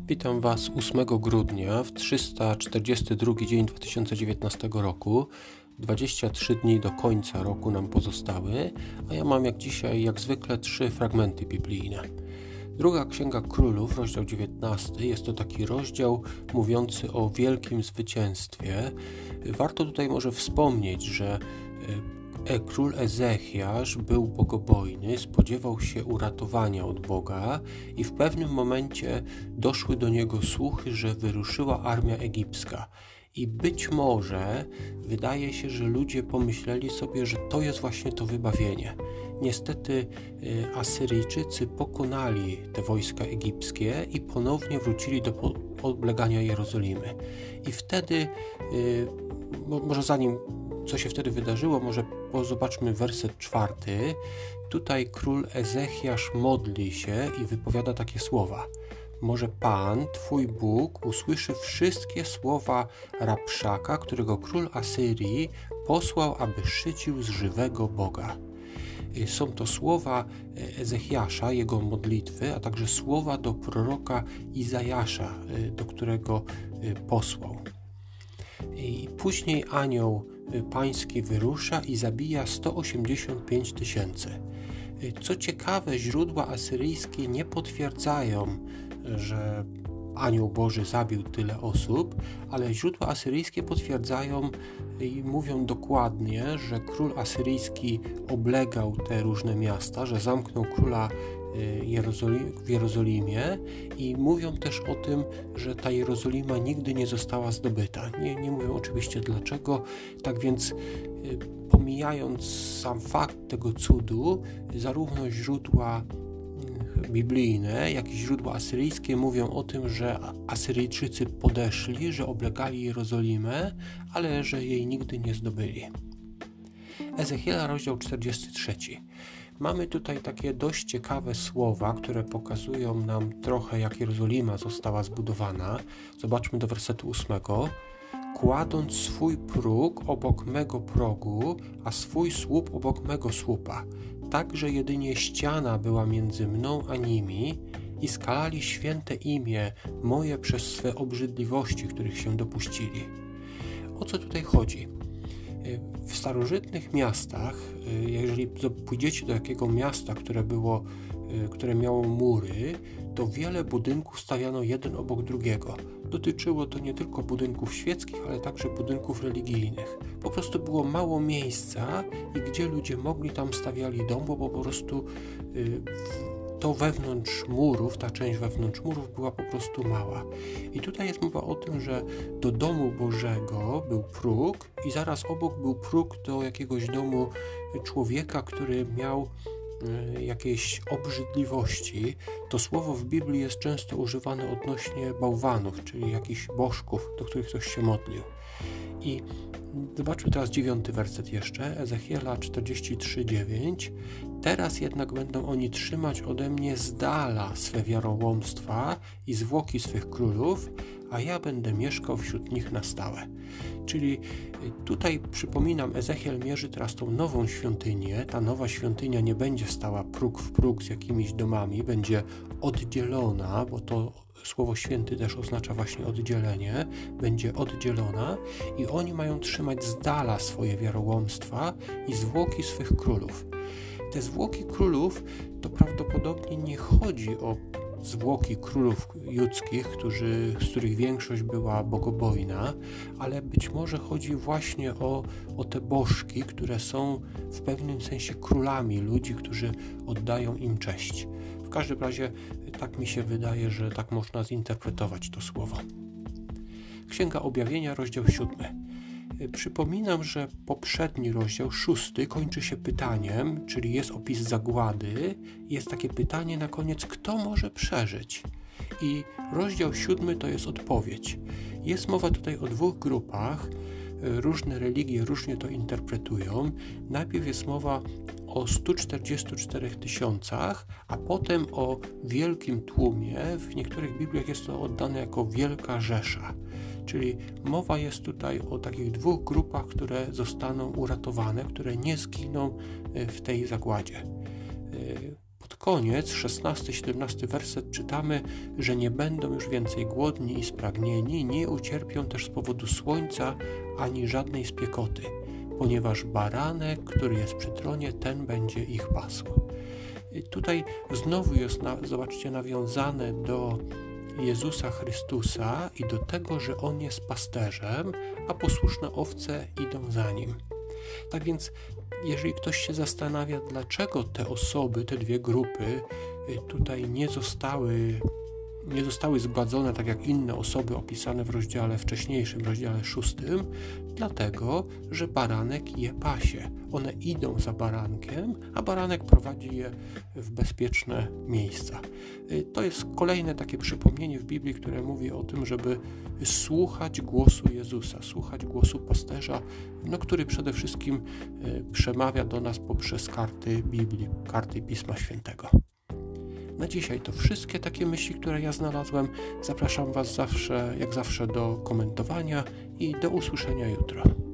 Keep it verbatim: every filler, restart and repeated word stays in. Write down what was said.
Witam Was ósmego grudnia w trzysta czterdziesty drugi dzień dwa tysiące dziewiętnastego roku. dwadzieścia trzy dni do końca roku nam pozostały, a ja mam jak dzisiaj, jak zwykle, trzy fragmenty biblijne. Druga Księga Królów, rozdział dziewiętnasty, jest to taki rozdział mówiący o wielkim zwycięstwie. Warto tutaj może wspomnieć, że król Ezechiasz był bogobojny, spodziewał się uratowania od Boga i w pewnym momencie doszły do niego słuchy, że wyruszyła armia egipska. I być może wydaje się, że ludzie pomyśleli sobie, że to jest właśnie to wybawienie. Niestety Asyryjczycy pokonali te wojska egipskie i ponownie wrócili do oblegania Jerozolimy. I wtedy, może zanim co się wtedy wydarzyło, może zobaczmy werset czwarty. Tutaj król Ezechiasz modli się i wypowiada takie słowa. Może Pan, Twój Bóg, usłyszy wszystkie słowa Rabszaka, którego król Asyrii posłał, aby szycił z żywego Boga. Są to słowa Ezechiasza, jego modlitwy, a także słowa do proroka Izajasza, do którego posłał. I później anioł pański wyrusza i zabija sto osiemdziesiąt pięć tysięcy. Co ciekawe, źródła asyryjskie nie potwierdzają, że anioł Boży zabił tyle osób, ale źródła asyryjskie potwierdzają i mówią dokładnie, że król asyryjski oblegał te różne miasta, że zamknął króla w Jerozolimie i mówią też o tym, że ta Jerozolima nigdy nie została zdobyta. Nie, nie mówią oczywiście dlaczego, tak więc pomijając sam fakt tego cudu, zarówno źródła biblijne, jak i źródła asyryjskie mówią o tym, że Asyryjczycy podeszli, że oblegali Jerozolimę, ale że jej nigdy nie zdobyli. Ezechiela, rozdział czterdziesty trzeci. Mamy tutaj takie dość ciekawe słowa, które pokazują nam trochę, jak Jerozolima została zbudowana. Zobaczmy do wersetu ósmego. Kładąc swój próg obok mego progu, a swój słup obok mego słupa, tak, że jedynie ściana była między mną a nimi i skalali święte imię moje przez swe obrzydliwości, których się dopuścili. O co tutaj chodzi? W starożytnych miastach, jeżeli pójdziecie do jakiego miasta, które było, które miało mury, to wiele budynków stawiano jeden obok drugiego. Dotyczyło to nie tylko budynków świeckich, ale także budynków religijnych. Po prostu było mało miejsca i gdzie ludzie mogli, tam stawiali dom, bo po prostu to wewnątrz murów, ta część wewnątrz murów była po prostu mała. I tutaj jest mowa o tym, że do domu Bożego był próg i zaraz obok był próg do jakiegoś domu człowieka, który miał jakieś obrzydliwości. To słowo w Biblii jest często używane odnośnie bałwanów, czyli jakichś bożków, do których ktoś się modlił. I zobaczmy teraz dziewiąty werset jeszcze, Ezechiela czterdziesty trzy dziewięć. Teraz jednak będą oni trzymać ode mnie z dala swe wiarołomstwa i zwłoki swych królów, a ja będę mieszkał wśród nich na stałe. Czyli tutaj przypominam, Ezechiel mierzy teraz tą nową świątynię. Ta nowa świątynia nie będzie stała próg w próg z jakimiś domami, będzie oddzielona, bo to słowo święty też oznacza właśnie oddzielenie, będzie oddzielona i oni mają trzymać z dala swoje wiarołomstwa i zwłoki swych królów. Te zwłoki królów to prawdopodobnie nie chodzi o zwłoki królów judzkich, którzy, z których większość była bogobojna, ale być może chodzi właśnie o, o te bożki, które są w pewnym sensie królami ludzi, którzy oddają im cześć. W każdym razie tak mi się wydaje, że tak można zinterpretować to słowo. Księga Objawienia, rozdział siódmy. Przypominam, że poprzedni rozdział, szósty, kończy się pytaniem, czyli jest opis zagłady. Jest takie pytanie na koniec, kto może przeżyć? I rozdział siódmy to jest odpowiedź. Jest mowa tutaj o dwóch grupach. Różne religie różnie to interpretują. Najpierw jest mowa o stu czterdziestu czterech tysiącach, a potem o wielkim tłumie. W niektórych Bibliach jest to oddane jako wielka rzesza. Czyli mowa jest tutaj o takich dwóch grupach, które zostaną uratowane, które nie zginą w tej zagładzie. pod koniec, szesnasty siedemnasty werset, czytamy, że nie będą już więcej głodni i spragnieni, nie ucierpią też z powodu słońca ani żadnej spiekoty, ponieważ baranek, który jest przy tronie, ten będzie ich pasł. I tutaj znowu jest, na, zobaczcie, nawiązane do Jezusa Chrystusa i do tego, że On jest pasterzem, a posłuszne owce idą za Nim. Tak więc, jeżeli ktoś się zastanawia, dlaczego te osoby, te dwie grupy tutaj nie zostały, nie zostały zgładzone tak jak inne osoby opisane w rozdziale wcześniejszym, rozdziale szóstym, dlatego, że baranek je pasie. One idą za barankiem, a baranek prowadzi je w bezpieczne miejsca. To jest kolejne takie przypomnienie w Biblii, które mówi o tym, żeby słuchać głosu Jezusa, słuchać głosu pasterza, no, który przede wszystkim przemawia do nas poprzez karty Biblii, karty Pisma Świętego. Na dzisiaj to wszystkie takie myśli, które ja znalazłem. Zapraszam Was zawsze, jak zawsze, do komentowania i do usłyszenia jutro.